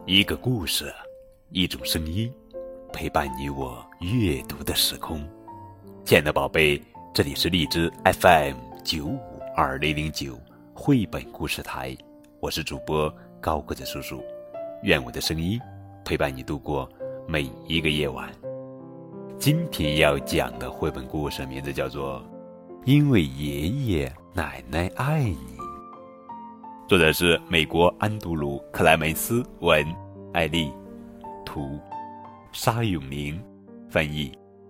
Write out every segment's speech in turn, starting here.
一个故事，一种声音，陪伴你我阅读的时空。亲爱的宝贝，这里是荔枝 FM952009 绘本故事台，我是主播高个子叔叔。愿我的声音陪伴你度过每一个夜晚。今天要讲的绘本故事名字叫做因为爷爷奶奶爱你，作者是美国安杜鲁·克莱门斯文，艾丽图，沙永明翻译。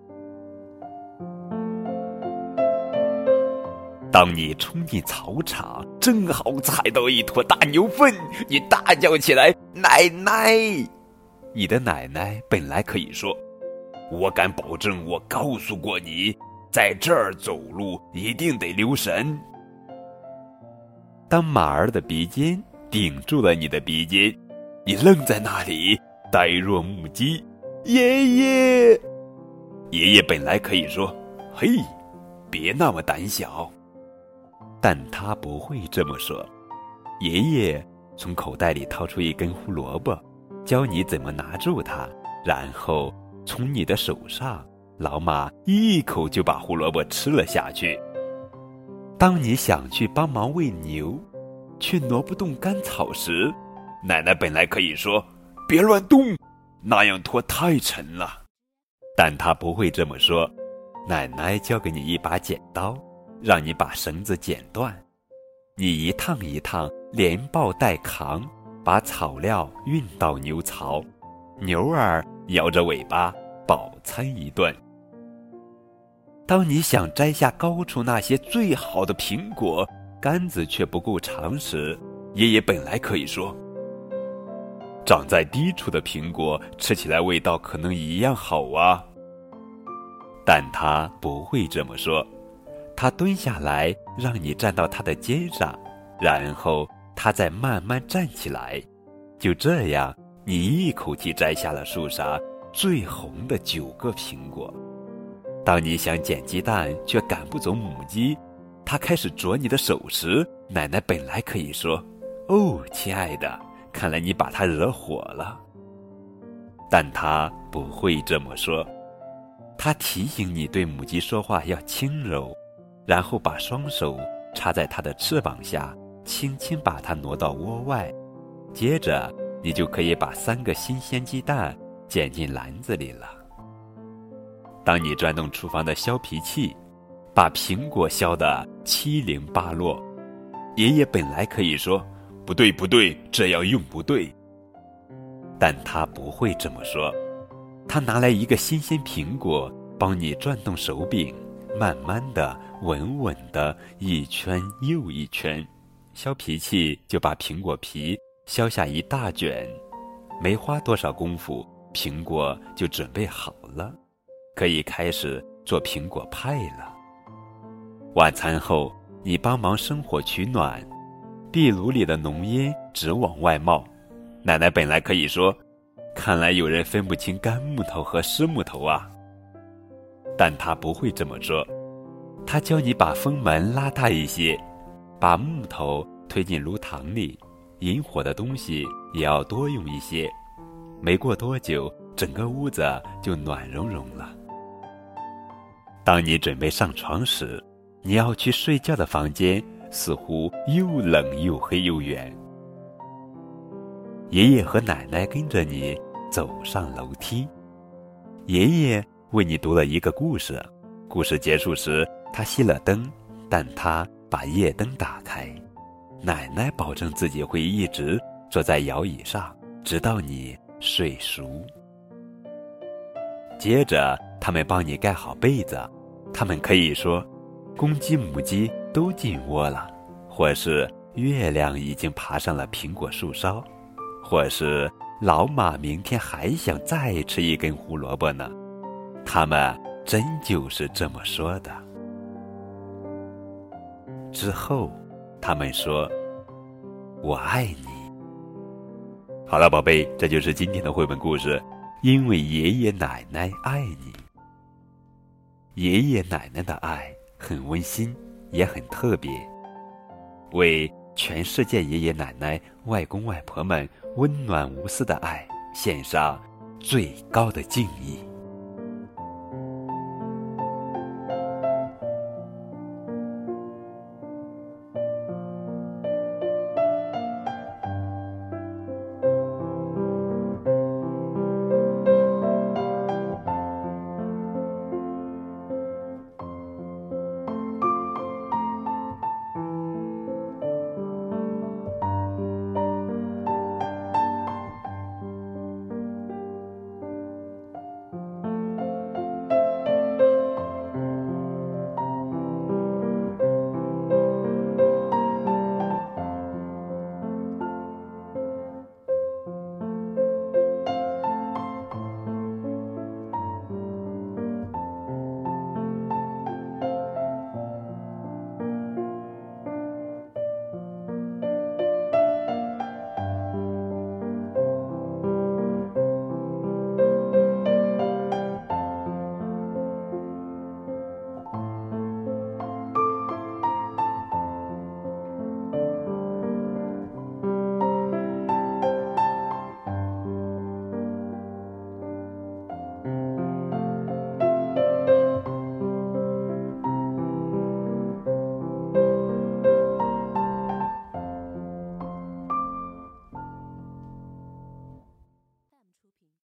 当你冲进草场，正好踩到一坨大牛粪，你大叫起来：“奶奶！”你的奶奶本来可以说：“我敢保证，我告诉过你，在这儿走路一定得留神。”当马儿的鼻尖顶住了你的鼻尖，你愣在那里，呆若木鸡。爷爷！爷爷本来可以说：“嘿，别那么胆小。”但他不会这么说。爷爷从口袋里掏出一根胡萝卜，教你怎么拿住它，然后从你的手上，老马一口就把胡萝卜吃了下去。当你想去帮忙喂牛，却挪不动干草时，奶奶本来可以说：“别乱动，那样拖太沉了。”但她不会这么说。奶奶交给你一把剪刀，让你把绳子剪断。你一趟一趟连抱带扛，把草料运到牛槽，牛儿摇着尾巴饱餐一顿。当你想摘下高处那些最好的苹果，杆子却不够长时，爷爷本来可以说：“长在低处的苹果吃起来味道可能一样好啊。”但他不会这么说。他蹲下来，让你站到他的肩上，然后他再慢慢站起来。就这样，你一口气摘下了树上最红的9个苹果。当你想捡鸡蛋却赶不走母鸡，他开始啄你的手时，奶奶本来可以说：“哦，亲爱的，看来你把它惹火了。”但他不会这么说。他提醒你对母鸡说话要轻柔，然后把双手插在它的翅膀下，轻轻把它挪到窝外。接着你就可以把3个新鲜鸡蛋捡进篮子里了。当你转动厨房的削皮器，把苹果削得七零八落，爷爷本来可以说：“不对不对，这样用不对。”但他不会这么说。他拿来一个新鲜苹果，帮你转动手柄，慢慢的稳稳的一圈又一圈，削皮器就把苹果皮削下一大卷。没花多少功夫，苹果就准备好了，可以开始做苹果派了。晚餐后，你帮忙生火取暖，壁炉里的浓烟直往外冒。奶奶本来可以说：“看来有人分不清干木头和湿木头啊。”但她不会这么说。她教你把风门拉大一些，把木头推进炉膛里，引火的东西也要多用一些。没过多久，整个屋子就暖融融了。当你准备上床时，你要去睡觉的房间似乎又冷又黑又远。爷爷和奶奶跟着你走上楼梯。爷爷为你读了一个故事，故事结束时，他熄了灯，但他把夜灯打开。奶奶保证自己会一直坐在摇椅上，直到你睡熟。接着他们帮你盖好被子，他们可以说：“公鸡母鸡都进窝了，或是月亮已经爬上了苹果树梢，或是老马明天还想再吃一根胡萝卜呢。”他们真就是这么说的。之后他们说：“我爱你。”好了，宝贝，这就是今天的绘本故事，因为爷爷奶奶爱你。爷爷奶奶的爱很温馨，也很特别。为全世界爷爷奶奶、外公外婆们温暖无私的爱，献上最高的敬意。